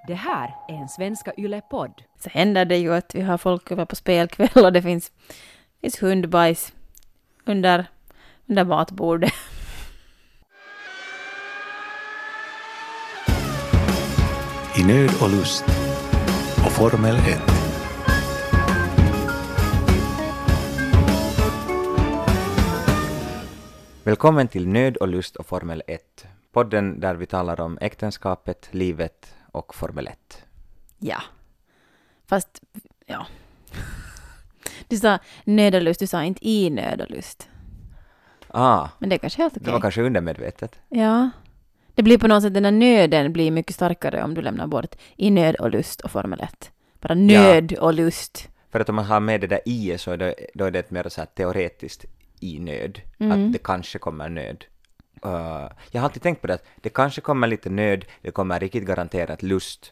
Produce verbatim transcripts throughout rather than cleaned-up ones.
Det här är en Svenska Yle-podd. Så händer det ju att vi har folk över på spelkväll och det finns, finns hundbajs under, under matbordet. I nöd och lust och Formel ett. Välkommen till Nöd och lust och Formel ett. Podden där vi talar om äktenskapet, livet och Formel ett. Ja, fast ja. Du sa nöd och lust, du sa inte i nöd och lust. Ah, Men det är kanske helt okej. det var kanske undermedvetet. Ja, det blir på något sätt, den här nöden blir mycket starkare om du lämnar bort i nöd och lust och Formel ett. Bara nöd ja. och lust. För att om man har med det där i så är det, då är det ett mer så här teoretiskt i nöd. Mm. Att det kanske kommer nöd. Uh, jag har alltid tänkt på det att det kanske kommer lite nöd, det kommer riktigt garanterat lust.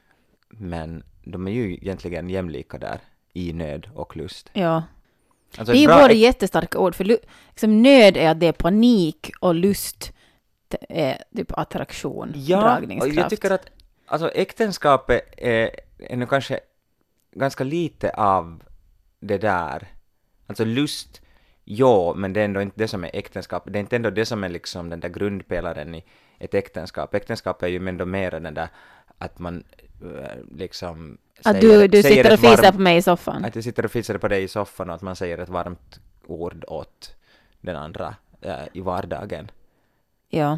Men de är ju egentligen jämlika där, i nöd och lust. Ja. Alltså det är ju bra både ek- jättestarka ord, för liksom, nöd är att det är panik och lust är typ attraktion, ja, dragningskraft. Och jag tycker att alltså, äktenskapet är, är nog kanske ganska lite av det där. Alltså lust, ja, men det är ändå inte det som är äktenskap. Det är inte ändå det som är liksom den där grundpelaren i ett äktenskap. Äktenskap är ju ändå mer den där att man liksom att säger, du, du säger sitter och ett fisar varmt, på mig i soffan. att du sitter och fisar på dig i soffan och att man säger ett varmt ord åt den andra äh, i vardagen. Ja.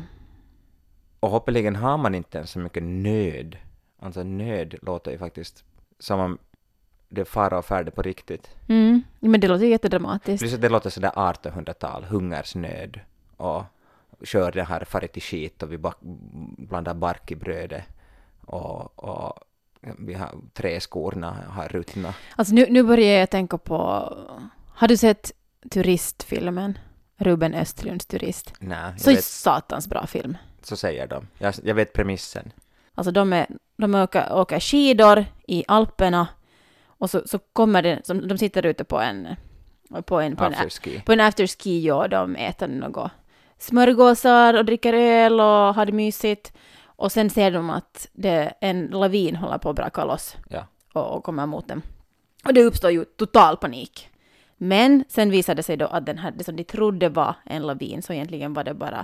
Och hoppeligen har man inte ens så mycket nöd. Alltså nöd låter ju faktiskt som om det är fara och färde på riktigt. Mm, men det låter ju jättedramatiskt. Plus att det låter sådär artonhundratal, hungersnöd och kör det här farit i skit och vi bak- blandar bark i brödet och, och vi har träskorna har ruttna. Alltså nu, nu börjar jag tänka på, har du sett turistfilmen? Ruben Östlunds Turist. Nej, Så vet, satans bra film. så säger de. Jag, jag vet premissen. Alltså de, är, de åker, åker skidor i Alperna och så, så kommer det, som, de sitter ute på en på en, på en, Afterski. på en afterski och de äter något smörgåsar och dricker öl och har det mysigt. Och sen ser de att det, en lavin håller på att braka loss Ja. och, och kommer mot dem. Och det uppstår ju total panik. Men sen visade det sig då att den här, det som de trodde var en lavin, så egentligen var det bara,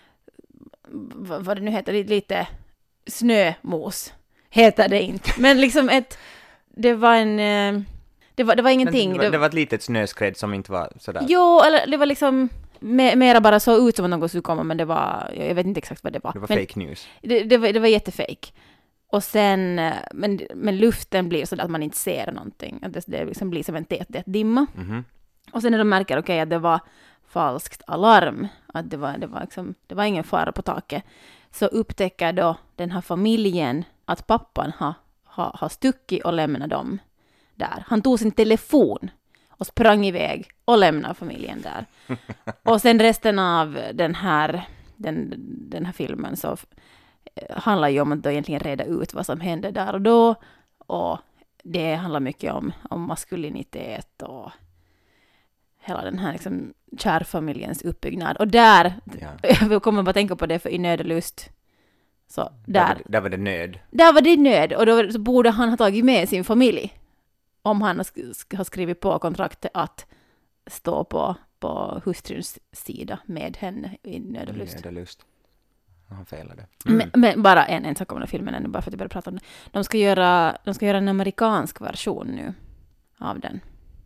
vad, vad det nu heter, lite snömos heter det inte. Men liksom ett, det var en, det var, det var ingenting. Men det, var, det var ett litet snöskred som inte var sådär. Jo, eller det var liksom mer, mera bara så ut som att någon skulle komma, men det var, jag vet inte exakt vad det var. Det var men fake news. Det, det, var, det var jättefake. Och sen, men, men luften blir så att man inte ser någonting. Att det, det liksom blir som en tät, tät dimma. Mm-hmm. Och sen när de märker okay, att det var falskt alarm, att det var, det, var liksom, det var ingen fara på taket, så upptäcker då den här familjen att pappan har, har, har stuckit och lämnat dem där. Han tog sin telefon och sprang iväg och lämnade familjen där. Och sen resten av den här, den, den här filmen så handlar ju om att då egentligen reda ut vad som hände där och då. Och det handlar mycket om, om maskulinitet och hela den här liksom kärfamiljens uppbyggnad. Och där, Ja. jag kommer bara tänka på det för i nöd och lust. Så där, Där, var, där var det nöd. där var det nöd. Och då så borde han ha tagit med sin familj. Om han har, sk- har skrivit på kontraktet att stå på, på hustruns sida med henne i nöd och lust. Nöd och lust. Han felade. Mm. Men, men bara en, en sak om den filmen ännu, bara för att jag börjar prata om det. De ska göra, de ska göra en amerikansk version nu av den.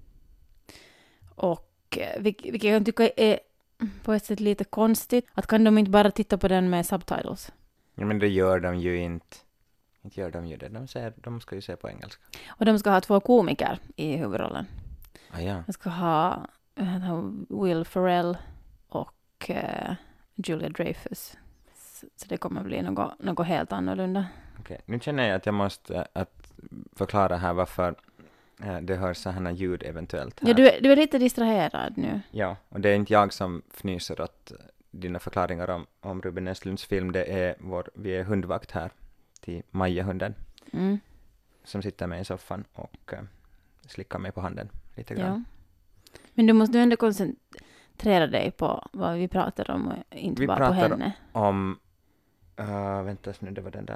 Och vilket jag tycker är på ett sätt lite konstigt. Att kan de inte bara titta på den med subtitles? Ja, men det gör de ju inte. Inte gör de ju det. De, säger, de ska ju se på engelska. Och de ska ha två komiker i huvudrollen. Ah, ja. De ska ha uh, Will Ferrell och uh, Julia Dreyfus. Så, så det kommer bli något, något helt annorlunda. Okej. Nu känner jag att jag måste äh, att förklara här varför äh, det hörs så här ljud eventuellt här. Ja, du, är- du är lite distraherad nu. Ja, och det är inte jag som fnyser åt dina förklaringar om, om Ruben Östlunds film. Det är vår, vi är hundvakt här till Maja-hunden Mm. som sitter med i soffan och äh, slickar mig på handen lite grann. Ja. Men du måste ju ändå koncentrera dig på vad vi pratar om och inte Vi bara på pratar henne. Om, uh, vänta nu, det var den där.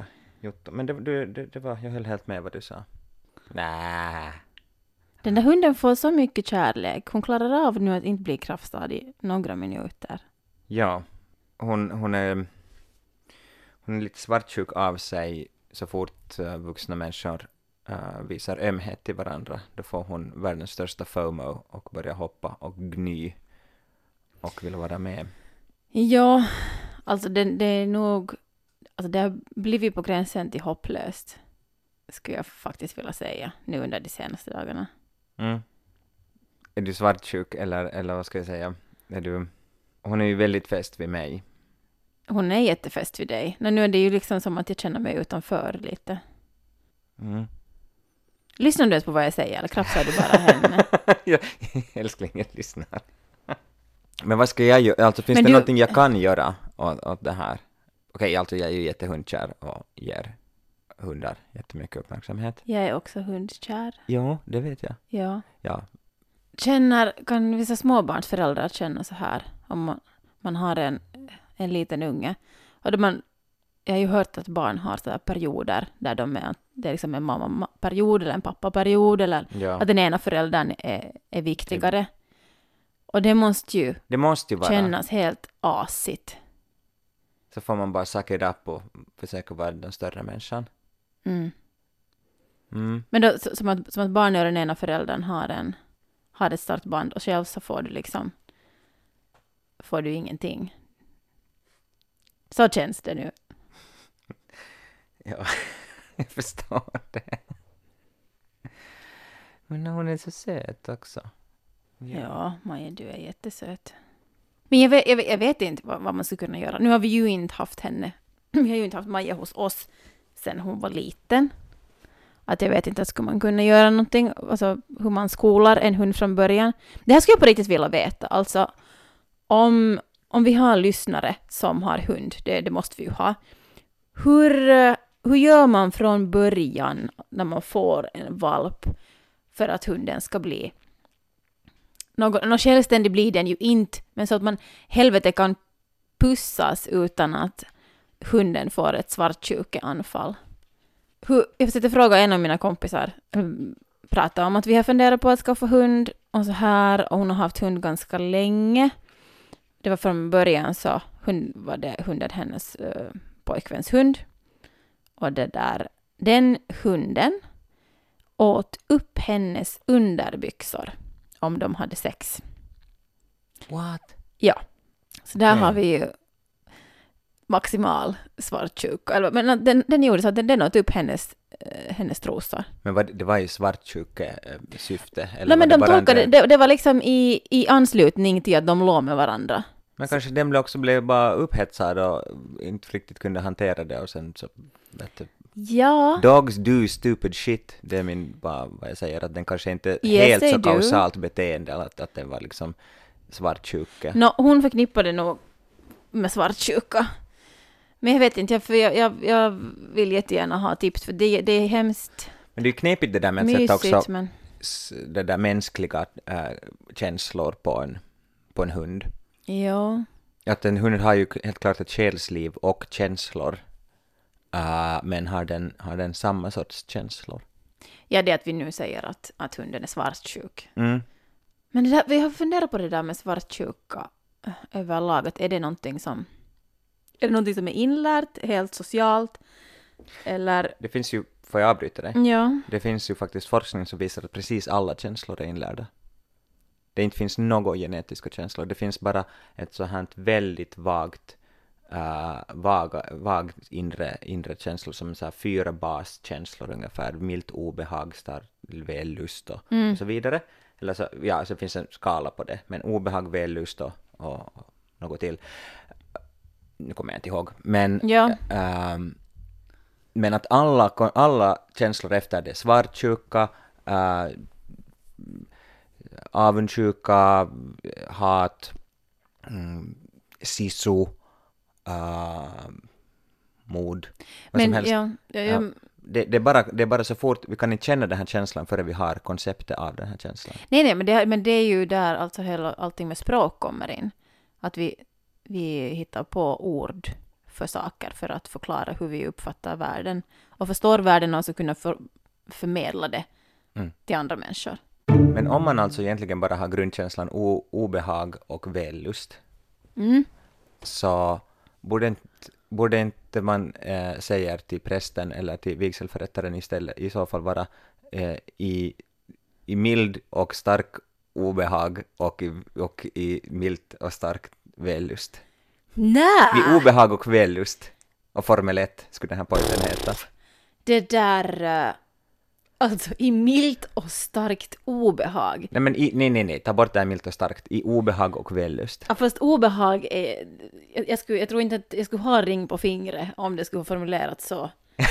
Jotto. Men det, det, det, det var, jag höll helt med vad du sa. Nä. Den där hunden får så mycket kärlek. Hon klarar av nu att inte bli kraftstad i några minuter. Ja, hon, hon, är, hon är lite svartsjuk av sig så fort uh, vuxna människor uh, visar ömhet till varandra. Då får hon världens största FOMO och börjar hoppa och gny och vill vara med. Ja, alltså det, det är nog... Alltså det har blivit på gränsen till hopplöst, skulle jag faktiskt vilja säga, nu under de senaste dagarna. Mm. Är du svartsjuk eller, eller vad ska jag säga? Är du... Hon är ju väldigt fäst vid mig. Hon är jättefäst vid dig. Men nu är det ju liksom som att jag känner mig utanför lite. Mm. Lyssnar du på vad jag säger eller krafsar du bara henne? Ja, älsklingen lyssnar. Men vad ska jag göra? Alltså finns Men det du... någonting jag kan göra åt, åt det här? Okej, alltså jag är ju jättehundkär och ger hundar jättemycket uppmärksamhet. Jag är också hundkär. Jo, det vet jag. Ja. Ja. Känner, kan vissa småbarnsföräldrar känna så här om man, man har en, en liten unge? Och då man, jag har ju hört att barn har så här perioder där de är, det är liksom en mamma-period eller en pappa-period eller Ja. att den ena föräldern är, är viktigare. Och det måste ju Det måste ju vara. kännas helt asigt. Så får man bara suck it up och försöka vara den större människan. Mm. Mm. Men då, som, att, som att barn och den ena föräldern har, en, har ett starkt band och själv så får du liksom får du ingenting. Så känns det nu. Ja, jag förstår det. Men hon är så söt också. Ja, ja Maja, du är jättesöt. Men jag vet, jag vet, jag vet inte vad, vad man skulle kunna göra. Nu har vi ju inte haft henne. Vi har ju inte haft Maja hos oss sen hon var liten. Att jag vet inte att skulle man kunna göra någonting. Alltså hur man skolar en hund från början. Det här skulle jag på riktigt vilja veta. Alltså om, om vi har lyssnare som har hund. Det, det måste vi ju ha. Hur, hur gör man från början när man får en valp för att hunden ska bli någon, någon självständig blir den ju inte, men så att man helvete kan pussas utan att hunden får ett svartsjukeanfall. Hur, jag försökte fråga en av mina kompisar, prata om att vi har funderat på att skaffa hund och så här, och hon har haft hund ganska länge. Det var från början så hund, var det hunden hennes uh, pojkväns hund. Och det där, den hunden åt upp hennes underbyxor om de hade sex. What? Ja. Så där Okay. har vi ju maximal svartsjuka. Men den, den gjorde så att den, den åt upp hennes, äh, hennes trosor. Men vad, det var ju svartsjuka äh, syfte? Eller Nej, men var de det bara tolkade, en- det, det var liksom i, i anslutning till att de låg med varandra. Men kanske den blev också blev bara upphetsad och inte riktigt kunde hantera det och sen så vet du, Ja. dogs do stupid shit. Det är min, bara vad jag säger, att den kanske inte Yes, helt they så do. kausalt beteende, att, att den var liksom svartsjuka. No, hon förknippade nog med svartsjuka. Men jag vet inte, för jag, jag, jag vill jättegärna ha tips, för det, det är hemskt Men det är ju knepigt det där med att sätta mysigt. också Men... s- det där mänskliga äh, känslor på en, på en hund. Ja. Att en hund har ju helt klart ett själsliv och känslor, äh, men har den, har den samma sorts känslor? Ja, det är att vi nu säger att, att hunden är svartsjuk. Mm. Men det där, vi har funderat på det där med svartsjuka äh, överlag. Att är det någonting som är det någonting som är inlärt, helt socialt? Eller, Det finns ju, får jag avbryta dig? ja. Det finns ju faktiskt forskning som visar att precis alla känslor är inlärda. Det inte finns några genetiska känslor. Det finns bara ett så här väldigt vagt, uh, vaga, vagt inre, inre känslor som så här fyra baskänslor ungefär. Milt obehag, stark vällust och, Mm. och så vidare. Eller så, ja, så finns en skala på det. Men obehag, vällust och, och, och något till. Nu kommer jag inte ihåg. Men, Ja. ehm, men att alla, alla känslor efter det, svartsjuka, äh, avundsjuka, hat, mm, sisu, äh, mod, vad som Men helst. ja, ja, ja. Ja. Det, det, är bara, det är bara så fort, vi kan inte känna den här känslan förrän vi har konceptet av den här känslan. Nej, nej, men det, men det är ju där alltså hela, allting med språk kommer in. Att vi, vi hittar på ord för saker för att förklara hur vi uppfattar världen. Och förstår världen och så kunna för, förmedla det mm. till andra människor. Men om man alltså egentligen bara har grundkänslan o- obehag och vällust mm. så borde inte, borde inte man eh, säga till prästen eller till vigselförrättaren istället i så fall vara eh, i, i mild och stark obehag och i, och i mild och stark vällust. Nej! Vid obehag och vällust. Och Formel ett skulle den här pojken heta. Det där... Uh, alltså i milt och starkt obehag. Nej, men i, nej, nej, nej. Ta bort det här milt och starkt. I obehag och vällust. Ja, fast obehag är... Jag, jag, skulle, jag tror inte att jag skulle ha ring på fingret om det skulle ha formulerats så.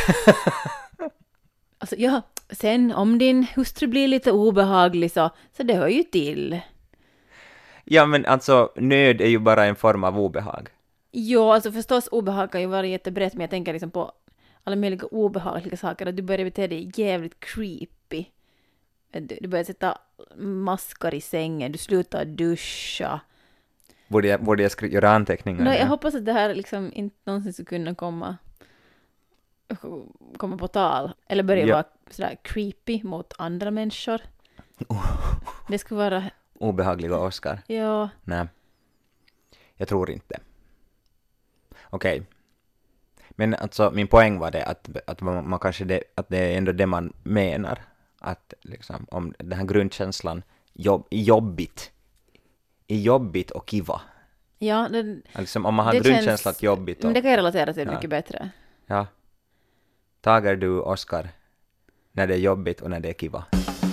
Alltså, ja, sen om din hustru blir lite obehaglig så, så det hör ju till. Ja, men alltså, nöd är ju bara en form av obehag. Jo, alltså förstås obehag kan ju vara jättebrett, men jag tänker liksom på alla möjliga obehagliga saker. Att du börjar bete dig jävligt creepy. Du, du börjar sätta maskar i sängen, du slutar duscha. Borde jag, borde jag skri- göra anteckningar? Nej, jag ja? hoppas att det här liksom inte någonsin skulle kunna komma, komma på tal. Eller börja ja. vara sådär creepy mot andra människor. Det skulle vara... Obehagliga Oscar? Ja. Nej. Jag tror inte. Okej. Okay. Men alltså, min poäng var det att, att, man, man kanske det, att det är ändå det man menar. Att liksom, om den här grundkänslan jobb, jobbigt. Är jobbigt och kiva. Ja, det, liksom, om man har grundkänslan känns, att jobbigt. Och, men det kan jag relatera till ja. mycket bättre. Ja. Tager du, Oscar, när det är jobbigt och när det är kiva?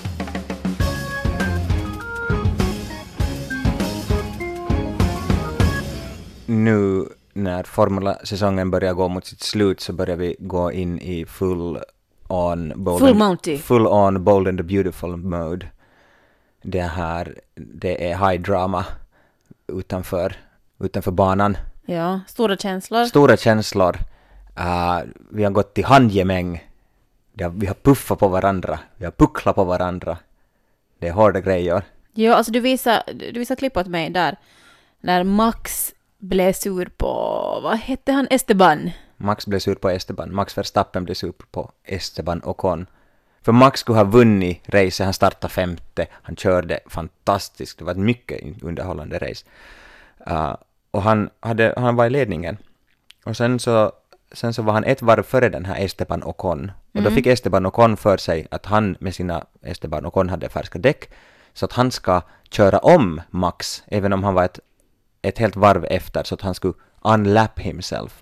Nu när Formula-säsongen börjar gå mot sitt slut så börjar vi gå in i full on bold, full, and, full on bold and the beautiful mode. Det här, det är high drama utanför, utanför banan. Ja, stora känslor. Stora känslor. Uh, vi har gått till handgemäng. Har, vi har puffat på varandra. Vi har pucklat på varandra. Det är hårda grejer. Ja, alltså du visar, du visar klipp åt mig där. När Max blev sur på, vad hette han, Esteban? Max blev sur på Esteban. Max Verstappen blev sur på Esteban Ocon. För Max skulle ha vunnit race. Han startade femte. Han körde fantastiskt. Det var ett mycket underhållande race. Uh, och han, hade, han var i ledningen. Och sen så, sen så var han ett varv före den här Esteban Ocon. Och mm. då fick Esteban Ocon för sig att han med sina Esteban Ocon hade färska däck. Så att han ska köra om Max. Även om han var ett ett helt varv efter så att han skulle unlap himself,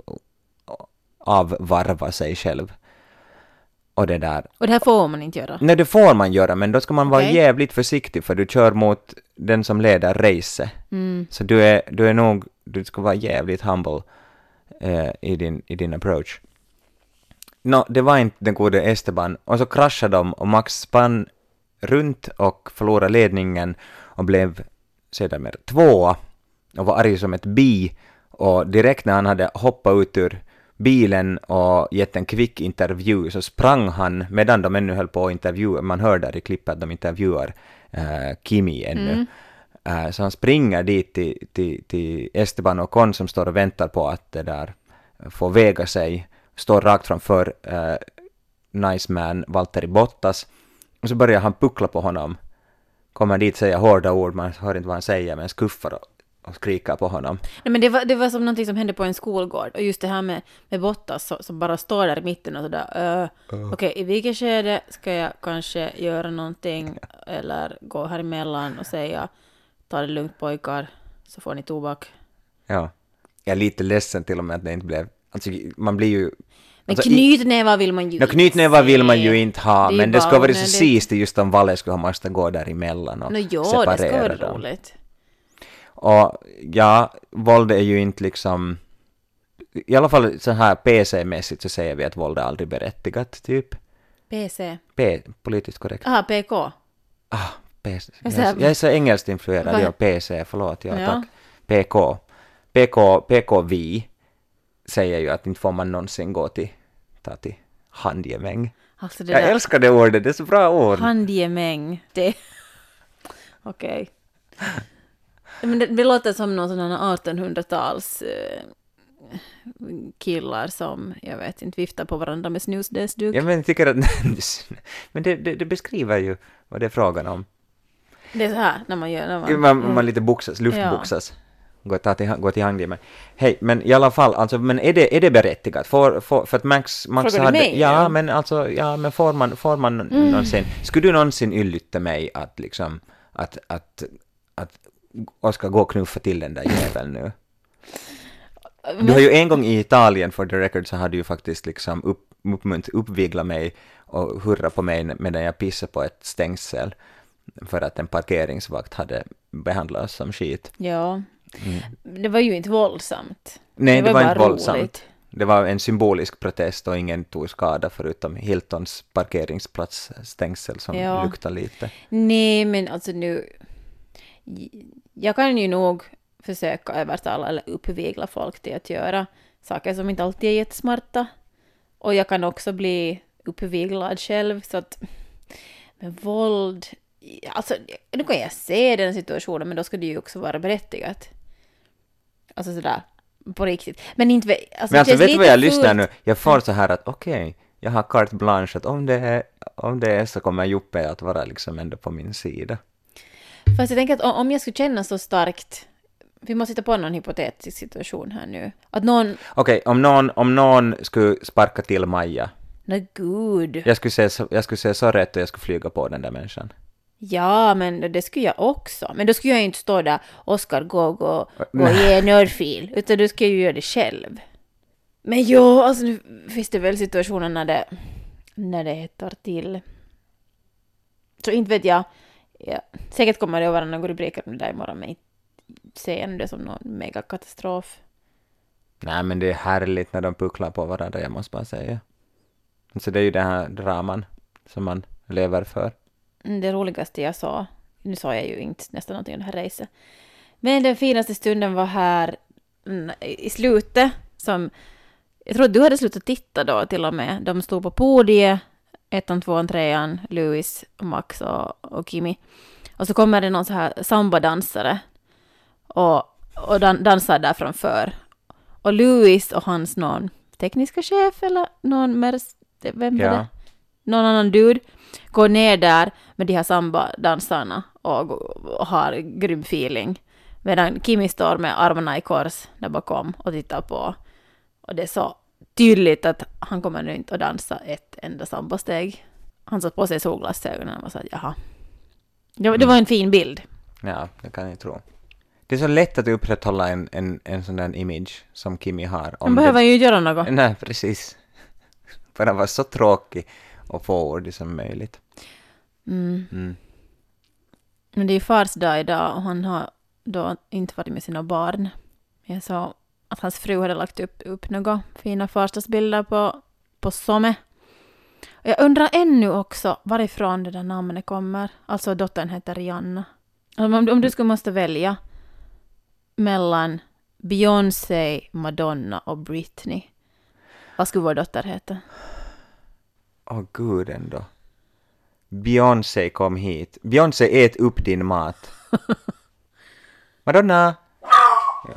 avvarva sig själv. Och det där. Och det här får man inte göra? Nej, det får man göra, men då ska man vara okay. jävligt försiktig för du kör mot den som leder race. Mm. Så du är, du är nog, du ska vara jävligt humble eh, i, din, i din approach. No, det var inte den gode Esteban. Och så kraschade de och Max spann runt och förlorade ledningen och blev sedan mer tvåa. Och var arg som ett bi. Och direkt när han hade hoppat ut ur bilen och gett en kvick intervju så sprang han medan de ännu höll på att intervjua. Man hör där i klippet att de intervjuar uh, Kimi ännu. Mm. Uh, så han springer dit till, till, till Esteban Ocon som står och väntar på att det där får väga sig. Står rakt framför uh, nice man Valtteri Bottas. Och så börjar han puckla på honom. Kommer dit säga hårda ord. Man hör inte vad han säger men skuffar och och skrika på honom. Nej, men det var, det var som någonting som hände på en skolgård. Och just det här med, med Bottas så, som bara står där i mitten och sådär. Uh, uh. Okej, okay, i vilket skede ska jag kanske göra någonting eller gå här emellan och säga ta det lugnt pojkar så får ni tobak. Ja, jag är lite ledsen till och med att det inte blev... Alltså man blir ju... Men alltså, knytnävar vill man ju no, inte knytnävar vill man ju inte ha, det men det ska vara så det... sist just om Valle skulle ha måste gå där emellan och no, jo, separera det ska vara dem. roligt. Och ja, våld är ju inte liksom... I alla fall så här P C-mässigt så säger vi att våld är aldrig berättigat, typ. P C? P, politiskt korrekt. Aha, P K. Ah, P C. Jag, jag är så engelskt influerad, ja, P C, förlåt, ja, ja. tack. P K. P K, P K vi säger ju att inte får man någonsin gå till, ta till handgemäng. Alltså jag där... älskar det ordet, det är så bra ord. Handgemäng, det... Okej. Okay. Men det, det låter som någon sån här artonhundratals eh, killar som, jag vet inte, viftar på varandra med snusdäsduk. Ja, men jag tycker att men det, det, det beskriver ju vad det är frågan om. Det är så här när man gör... När man, man, man, man lite boxas, luftboxas. Ja. Gå till, gå till hand i mig. Hej, men i alla fall, alltså, men är det, är det berättigat? För, för, för att Max, Max Frågar hade... du mig? Ja, Ja, men alltså, ja, men får man, får man mm. någonsin... Skulle du någonsin yllytta mig att liksom, att, att, att Oskar gå och knuffa till den där jäveln nu? Du har ju en gång i Italien, for the record, så hade du ju faktiskt liksom upp, uppmunt, uppvigla mig och hurra på mig medan jag pissade på ett stängsel för att en parkeringsvakt hade behandlat oss som skit. Ja, mm. det var ju inte våldsamt. Nej, det var, det var inte roligt. våldsamt. Det var en symbolisk protest och ingen tog skada förutom Hiltons parkeringsplats stängsel som ja. luktar lite. Nej, men alltså nu... Jag kan ju nog försöka övertala eller uppvigla folk till att göra saker som inte alltid är jättesmarta. Och jag kan också bli uppviglad själv. Så att, men våld... Alltså, nu kan jag se den situationen, men då ska det ju också vara berättigat. Alltså sådär, på riktigt. Men inte... Alltså, men alltså, vet du vad jag fullt... lyssnar nu? Jag får så här att okej, okay, jag har carte blanche att om det, är, om det är så kommer Joppe att vara liksom ändå på min sida. Fast jag tänker att om jag skulle känna så starkt... Vi måste hitta på någon hypotetisk situation här nu. Att någon... Okej, okay, om, någon, om någon skulle sparka till Maja. Nej, gud. Jag skulle säga så, jag skulle säga så rätt och jag skulle flyga på den där människan. Ja, men det skulle jag också. Men då skulle jag inte stå där, Oskar, gå, gå, gå och ge en örfil. Utan du ska ju göra det själv. Men jo, alltså nu finns det väl situationer när det, när det hettar till. Så inte vet jag. Ja, säkert kommer det att vara några rubriker om det där imorgon, men inte ser det som någon megakatastrof. Nej, men det är härligt när de pucklar på varandra, jag måste bara säga. Så det är ju den här draman som man lever för. Det roligaste jag sa, nu sa jag ju inte nästan någonting om det här racet. Men den finaste stunden var här i slutet, som jag tror att du hade slutat titta då till och med. De stod på podiet, ettan, tvåan, trean, Louis, Max och, och Kimi. Och så kommer det någon så här samba-dansare och, och dan- dansar där framför. Och Louis och hans någon tekniska chef eller någon mer, vem var ja. det? Någon annan dude går ner där med de här samba-dansarna och, och har grym feeling. Medan Kimi står med armarna i kors där bakom och tittar på. Och det är så tydligt att han kommer nu inte att dansa ett enda sambasteg. Han satt på sig solglasögonen och sa att jaha. Det, det var en fin bild. Ja, det kan jag tro. Det är så lätt att upprätthålla en, en, en sån där image som Kimi har. Han behöver det... ju göra något. Nej, precis. För han var så tråkig och fåordig som möjligt. Mm. Mm. Men det är fars dag idag och han har då inte varit med sina barn. Jag sa att hans fru hade lagt upp, upp några fina farsdagsbilder på, på Somme. Och jag undrar ännu också varifrån det där namnet kommer. Alltså dottern heter Rihanna. Om, om du skulle måste välja mellan Beyoncé, Madonna och Britney. Vad skulle vår dotter heta? Åh oh, gud ändå. Beyoncé kom hit. Beyoncé ät upp din mat. Madonna! Ja.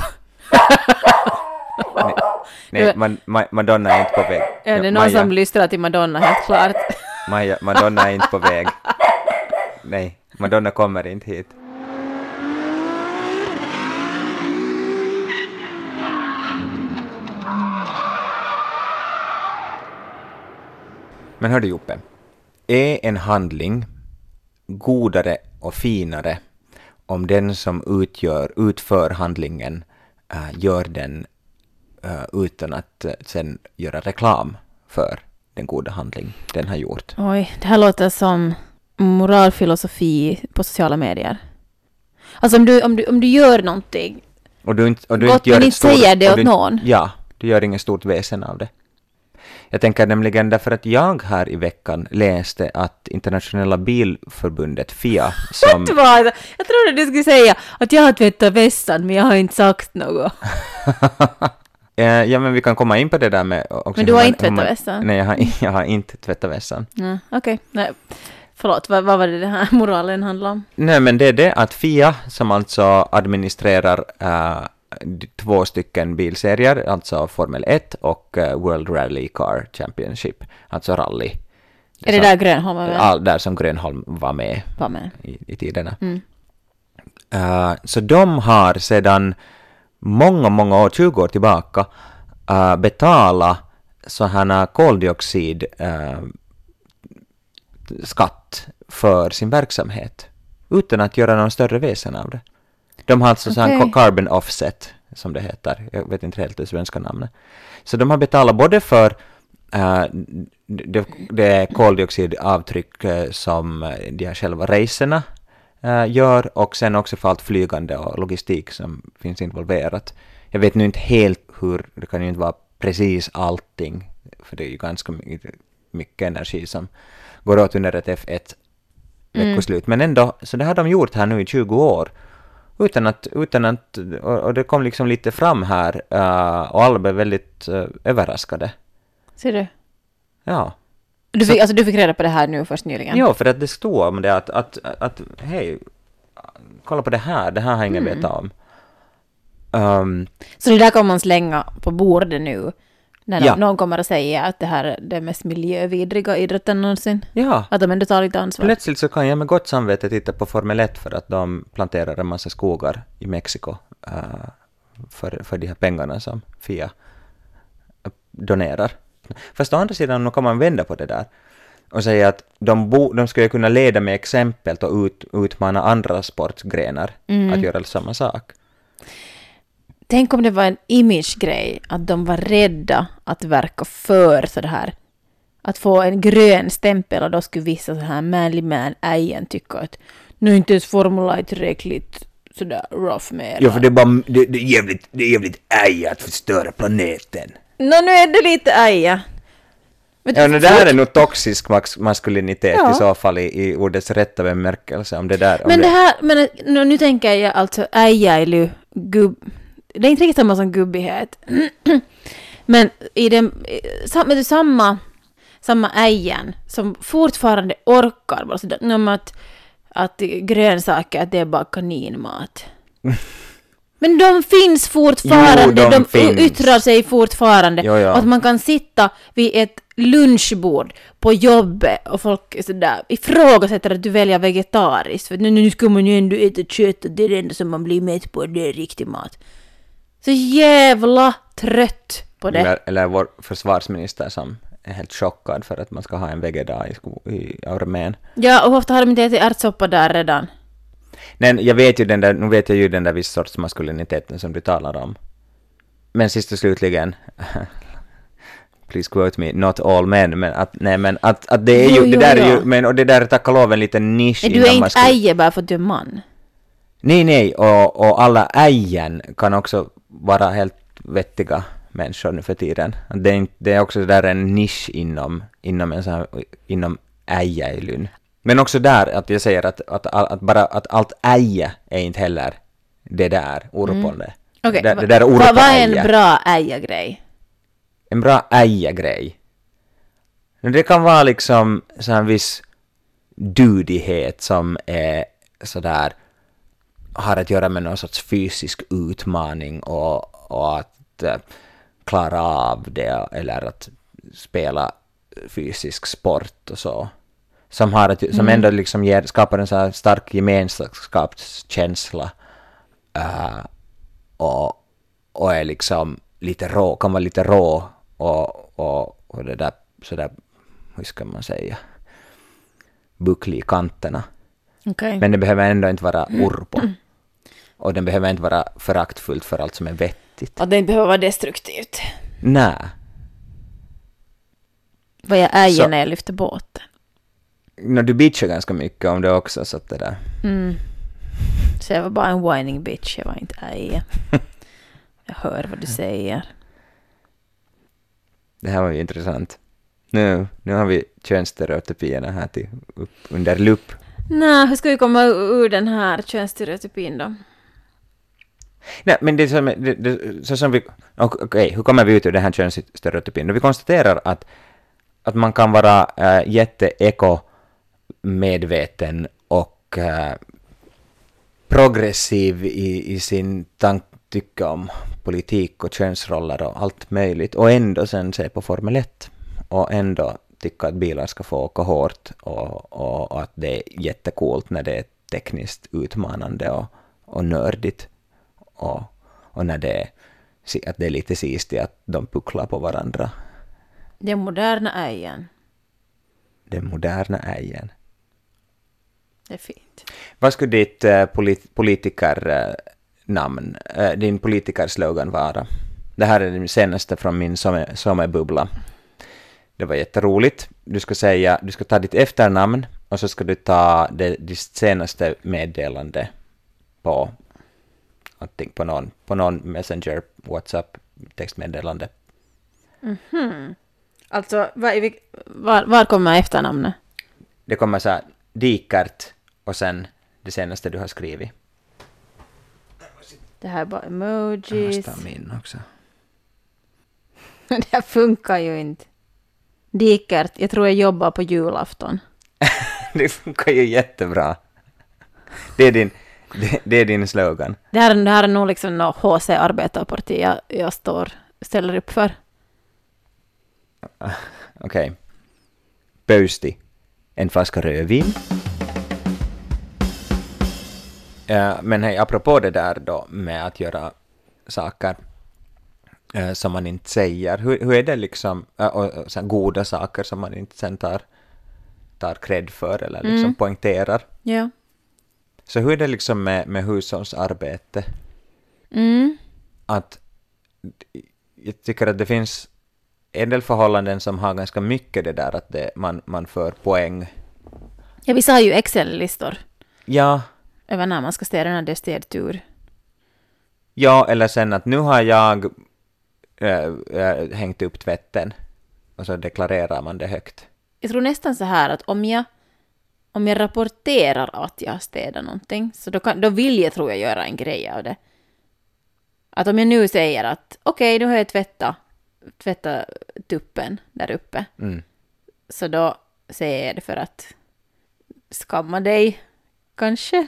nej, nej man, ma, Madonna är inte på väg. Ja, det är någon Maja. som lyssnar till Madonna, helt klart. Maja, Madonna är inte på väg. Nej, Madonna kommer inte hit. Men hör du Joppe, är en handling godare och finare om den som utgör, utför handlingen äh, gör den äh, utan att äh, sen göra reklam för den goda handling den har gjort? Oj, det här låter som moralfilosofi på sociala medier. Alltså om du, om du, om du gör någonting och du inte, och du gott inte gör men inte stort, säger det åt du, någon. Ja, du gör ingen stort väsen av det. Jag tänker nämligen därför att jag här i veckan läste att internationella bilförbundet F I A som... Vad? Jag trodde du skulle säga att jag har tvättat vässan men jag har inte sagt något. Ja, men vi kan komma in på det där med... Också men du har man, inte tvättat man, vässan? Nej, jag har, jag har inte tvättat vässan. Ja, okej. Okay. Förlåt, vad, vad var det den här moralen handlar om? Nej, men det är det att F I A som alltså administrerar äh, två stycken bilserier, alltså Formel ett och uh, World Rally Car Championship, alltså rally. Är det där Grönholm var med? Ja, där som Grönholm var med, var med. I, i tiderna. Mm. Uh, så de har sedan många, många år, tjugo år tillbaka, uh, betala så här koldioxid uh, skatt för sin verksamhet utan att göra någon större väsen av det. De har alltså okay. så här carbon offset som det heter. Jag vet inte helt det svenska namnet. Så de har betalat både för uh, det, det koldioxidavtryck uh, som de här själva resorna uh, gör och sen också för allt flygande och logistik som finns involverat. Jag vet nu inte helt hur, det kan ju inte vara precis allting för det är ju ganska mycket, mycket energi som går åt under ett F ett veckoslut. Mm. Men ändå, så det har de gjort här nu i tjugo år. Utan att, utan att och, och det kom liksom lite fram här uh, och alla blev väldigt uh, överraskade. Ser du? Ja. Du fick, så, alltså du fick reda på det här nu först nyligen? Ja, för att det stod om det att, att, att, att hej, kolla på det här, det här har ingen mm. vetat om. Um, så det där kommer man slänga på bordet nu? När ja. någon kommer att säga att det här är det mest miljövidriga idrotten någonsin. Ja. Att de ändå tar lite ansvar. Plötsligt så kan jag med gott samvete titta på Formel ett för att de planterar en massa skogar i Mexiko uh, för, för de här pengarna som F I A donerar. Fast å andra sidan kan man vända på det där och säga att de, bo, de skulle kunna leda med exempel och ut, utmana andra sportgrenar mm. att göra samma sak. Tänk om det var en imagegrej att de var rädda att verka för så det här. Att få en grön stämpel och då skulle vissa så här manly man ägen tycka att nu är inte ens Formula ett tillräckligt sådär rough med. Ja, för det är bara det, det är jävligt, det är jävligt äga att förstöra planeten. Nå, nu är det lite äga. Men ja, det där är nog toxisk mas- maskulinitet ja. I så fall i, i ordets rätta bemärkelse om det där. Om men det, det här, men nu, nu tänker jag alltså ägailu gubb. Det är inte riktigt samma som gubbighet. Men i den med samma samma ägen som fortfarande orkar bara sådär att att grönsaker att det är bara kaninmat. Men de finns fortfarande, jo, de, de finns. Yttrar sig fortfarande. Jo, ja. Att man kan sitta vid ett lunchbord på jobbet och folk sådär ifrågasätter att du väljer vegetariskt. För nu, nu ska man ju ändå äta kött och det är det enda som man blir mätt på, det är riktig mat. Så jävla trött på det. Eller, eller vår försvarsminister som är helt chockad för att man ska ha en vegedag i, sko- i armén. Ja, och ofta har de inte ätit ärtsoppa där redan. Nej, jag vet ju den där, nu vet jag ju den där viss sorts maskuliniteten som du talar om. Men sist och slutligen, please quote me, not all men, men att, nej, men att, att det är ju, jo, jo, det där jo. är ju, men, och det där är tack och lov en liten nisch. Du är inte maskul- äge bara för att du är man. Nej, nej, och, och alla ägen kan också vara helt vettiga människor nu för tiden. Det är, inte, det är också där en nisch inom, inom, en sån här, inom ägailyn. Men också där att jag säger att, att, att, bara, att allt äge är inte heller det där orpående. Mm. Okay. Det, det där orpa vad är en bra ägagrej? En bra ägagrej? Det kan vara liksom så en viss dudighet som är sådär har att göra med någon sorts fysisk utmaning och, och att äh, klara av det eller att spela fysisk sport och så. Som, har ett, som mm. ändå liksom ger, skapar en så här stark gemenskapskänsla uh, och, och är liksom lite rå, kan vara lite rå och, och, och det där sådär, hur ska man säga, bucklig i kanterna. Okay. Men det behöver ändå inte vara urpo. Mm. Och den behöver inte vara föraktfullt för allt som är vettigt. Och den behöver vara destruktivt. Nej. Vad jag äger när jag lyfter båten. No, du bitchar ganska mycket om det också, så att det där. Mm. Så jag var bara en whining bitch, jag var inte äge. Jag hör vad du säger. Det här var ju intressant. Nu, nu har vi könsstereotypierna här till, upp, under lupp. Nej, hur ska vi komma ur den här könsstereotypin då? Nej, men det är som, det, det, så som vi... Okej, okay, hur kommer vi ut ur den här könsstereotypin? Då vi konstaterar att, att man kan vara äh, jätte-eko-medveten och äh, progressiv i, i sin tank, tycka om politik och könsroller och allt möjligt och ändå sen se på Formel ett och ändå tycka att bilar ska få åka hårt och, och, och att det är jättekult när det är tekniskt utmanande och, och nördigt och, och när det är, att det är lite sist i att de pucklar på varandra. Den moderna ägen. Den moderna ägen. Det är fint. Vad skulle ditt uh, polit- politikernamn, uh, din politikerslogan vara? Det här är den senaste från min sommar- sommarbubbla. Det var jätteroligt. Du ska säga, du ska ta ditt efternamn och så ska du ta det, ditt senaste meddelande på, på, någon, på någon Messenger, WhatsApp, textmeddelande. Mhm. Alltså, var, var, var kommer efternamnet? Det kommer så här, Dikert och sen det senaste du har skrivit. Det här är bara Jag emojis. måste ha min också. Det här funkar ju inte. Dikert, jag tror jag jobbar på julafton. Det funkar ju jättebra. Det är din, det, det är din slogan. Det här, det här är nog liksom något H C-arbetarparti jag, jag står, ställer upp för. Okej. Okay. Pöysti. En flaska rödvin. Uh, men hej, apropå det där då med att göra saker uh, som man inte säger. Hur, hur är det liksom, uh, och, och så här goda saker som man inte sen tar, tar cred för eller liksom Mm. poängterar. Ja. Så hur är det liksom med, med hushållsarbete? Mm. Att jag tycker att det finns en del förhållanden som har ganska mycket det där att det, man, man för poäng. Ja, vi sa ju Excel-listor Ja, över när man ska städa när det är städtur. ja, eller sen att nu har jag äh, äh, hängt upp tvätten och så deklarerar man det högt. Jag tror nästan så här att om jag, om jag rapporterar att jag städar någonting så då, kan, då vill jag, tror jag, göra en grej av det. Att om jag nu säger att okej, okay, nu har jag tvättat tvätta tuppen där uppe. Mm. Så då säger jag det för att skamma dig, kanske.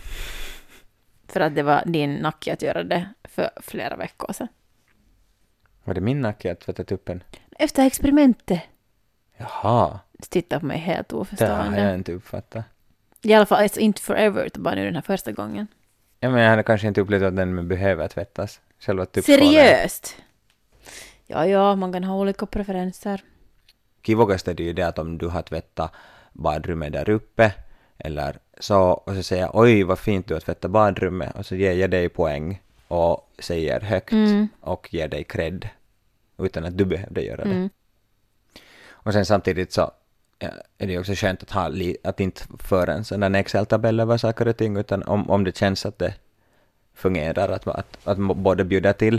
För att det var din nacke att göra det för flera veckor sedan. Var det min nacke att tvätta tuppen? Efter experimentet. Jaha, Titta på mig helt det har oförstående. jag inte uppfattat. I alla fall, it's inte forever, det bara nu den här första gången. Ja, men jag hade kanske inte upplevt att den behöver tvättas. Själva tuppskålen. Seriöst? Ja, ja, man kan ha olika preferenser. Kivogast är det ju det att om du har tvättat badrummet där uppe eller så, och så säger jag, oj vad fint du har tvättat badrummet, och så ger jag dig poäng och säger högt Mm. och ger dig cred utan att du behövde göra det. Mm. Och sen samtidigt så ja, är det också skönt att, ha li- att inte föra en sån där Excel-tabell över saker och ting, utan om, om det känns att det fungerar, att, att, att både bjuda till.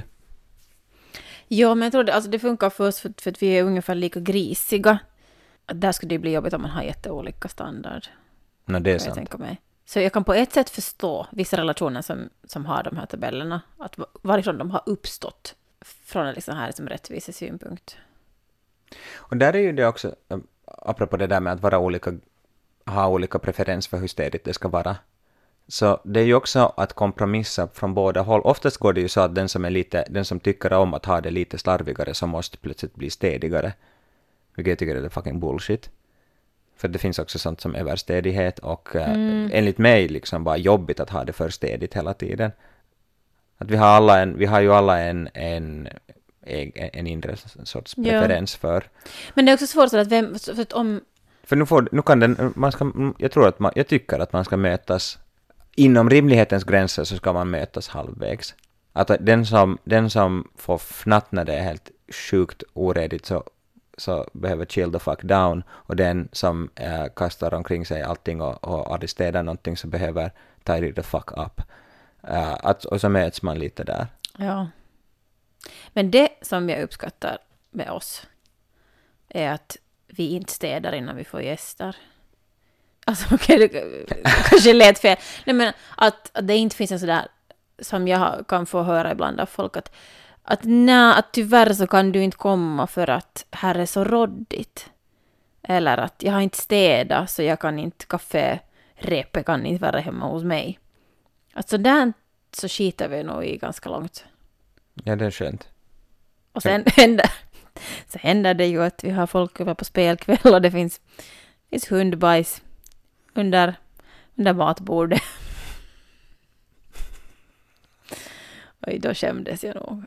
Ja, men jag tror det, alltså det funkar för oss för, för att vi är ungefär lika grisiga. Att där skulle det bli jobbigt om man har jätteolika standard. No, det är Jag sant. tänker mig. Så jag kan på ett sätt förstå vissa relationer som, som har de här tabellerna. Att varifrån de har uppstått från en liksom här som rättvisesynpunkt. Och där är ju det också, apropå det där med att vara olika, ha olika preferens för hur städigt det ska vara. Så det är ju också att kompromissa från båda håll. Oftast går det ju så att den som, är lite, den som tycker om att ha det lite slarvigare så måste plötsligt bli städigare. Vilket jag tycker är det fucking bullshit. För det finns också sånt som överstädighet och mm. äh, enligt mig liksom bara jobbigt att ha det för städigt hela tiden. Att vi har alla en, vi har ju alla en, en, en, en inre sorts preferens ja. för. Men det är också svårt så att vem, för att om... För nu, får, nu kan den, man ska, jag tror att man, jag tycker att man ska mötas inom rimlighetens gränser, så ska man mötas halvvägs. Att den som, den som får fnatt när det är helt sjukt oredigt så, så behöver chill the fuck down, och den som äh, kastar omkring sig allting och, och arresterar någonting så behöver tidy the fuck up. Äh, att, och så möts man lite där. Ja. Men det som jag uppskattar med oss är att vi inte städar innan vi får gäster. Alltså okej, okay, det kanske lät fel. Nej, men att, att det inte finns en sådär som jag kan få höra ibland av folk att, att, nej, att tyvärr så kan du inte komma för att här är så råddigt. Eller att jag har inte städat så jag kan inte, kafferepet kan inte vara hemma hos mig. Att sådär så skiter vi nog i ganska långt. Ja, det är skönt. Och sen händer, så händer det ju att vi har folk över på spelkväll och det finns, finns hundbajs under, under matbordet. Oj, då skämdes jag nog.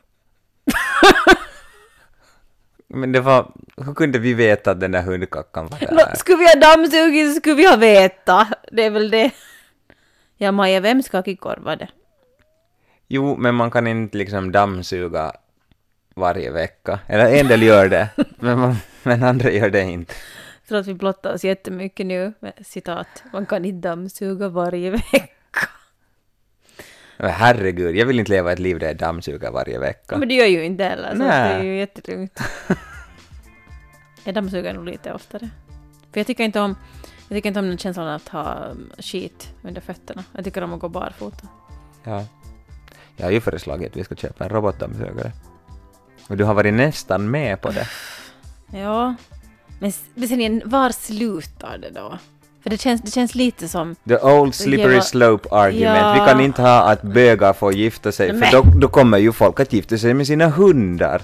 Men det var, hur kunde vi veta att den där hundkackan var där? Nå, skulle vi ha dammsugit så skulle vi ha veta. Det är väl det. Ja, Maja, vem ska kikorva det? Jo, men man kan inte liksom dammsuga varje vecka. Eller en del gör det, men, man, men andra gör det inte. Jag tror att vi blottar oss jättemycket nu med citat. Man kan inte dammsuga varje vecka. Men herregud, jag vill inte leva ett liv där jag dammsuger varje vecka. Men det gör ju inte heller, så det Nej. är ju jättelugnt. Jag dammsuger nog lite oftare. För jag tycker inte om, jag tycker inte om den känslan att ha skit under fötterna. Jag tycker om att gå barfota. Ja. Jag har ju föreslagit att vi ska köpa en robotdammsugare. Och du har varit nästan med på det. Ja, men, men sen var slutar det då? För det känns, det känns lite som... The old slippery Ja. slope argument. Ja. Vi kan inte ha att bögar får gifta sig, Men- för då, då kommer ju folk att gifta sig med sina hundar.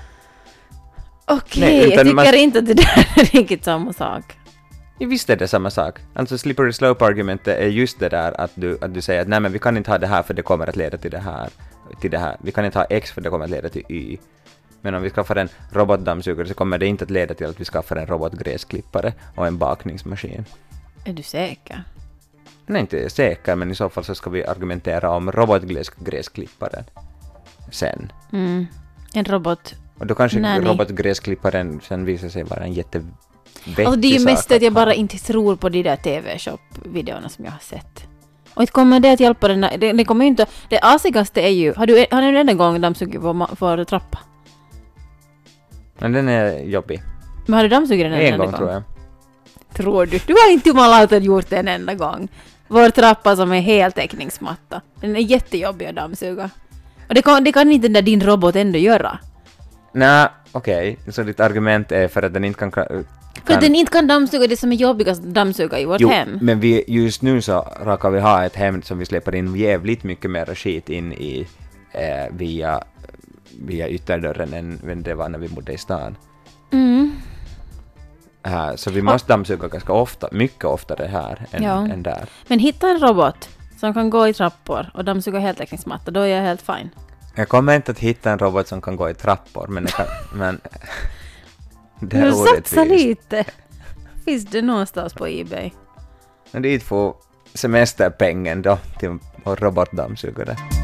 Okej, Nej, jag utan tycker man- inte att det där är riktigt samma sak. Ja, visst är det samma sak. Alltså slippery slope argumentet är just det där att du, att du säger att nej, men vi kan inte ha det här för det kommer att leda till det här. Till det här. Vi kan inte ha X för det kommer att leda till Y. Men om vi skaffar en robotdammsugare så kommer det inte att leda till att vi skaffar en robotgräsklippare och en bakningsmaskin. Är du säker? Nej, inte är säker, men i så fall så ska vi argumentera om robotgräsklipparen sen. Mm. En robot. Och då kanske Nej, nej. robotgräsklipparen sen visar sig vara en jättevettig Alltså det är ju sak mest att jag ha. bara inte tror på de där T V-shop-videorna som jag har sett. Och inte kommer det att hjälpa den här, det, det kommer ju inte, det asigaste är ju, har du, har du en gång dammsugit för, ma- för trappa? Men den är jobbig. Men har du dammsugit den en, En enda gång tror jag. Tror du? Du har inte jumalauta gjort det en enda gång. Vår trappa som är helt täckningsmatta. Den är jättejobbig att dammsuga. Och det kan, det kan inte den där din robot ändå göra. Nej, okej. Så ditt argument är för att den inte kan... kan För att den inte kan dammsuga det som är jobbigast att dammsuga i vårt jo, hem. men vi, just nu så råkar vi ha ett hem som vi släpper in jävligt mycket mer skit in i eh, via, via ytterdörren än, än det var när vi bodde i stan. Mm. Uh, så vi måste dammsuga ganska ofta, mycket oftare här än, Ja. än där. Men hitta en robot som kan gå i trappor och dammsuga heltäckningsmatta, då är jag helt fine. Jag kommer inte att hitta en robot som kan gå i trappor, men det kan... men, det är Men satsa orättvist. lite. Finns det någonstans på eBay? Men dit får semesterpengen då till vår robotdammsugare.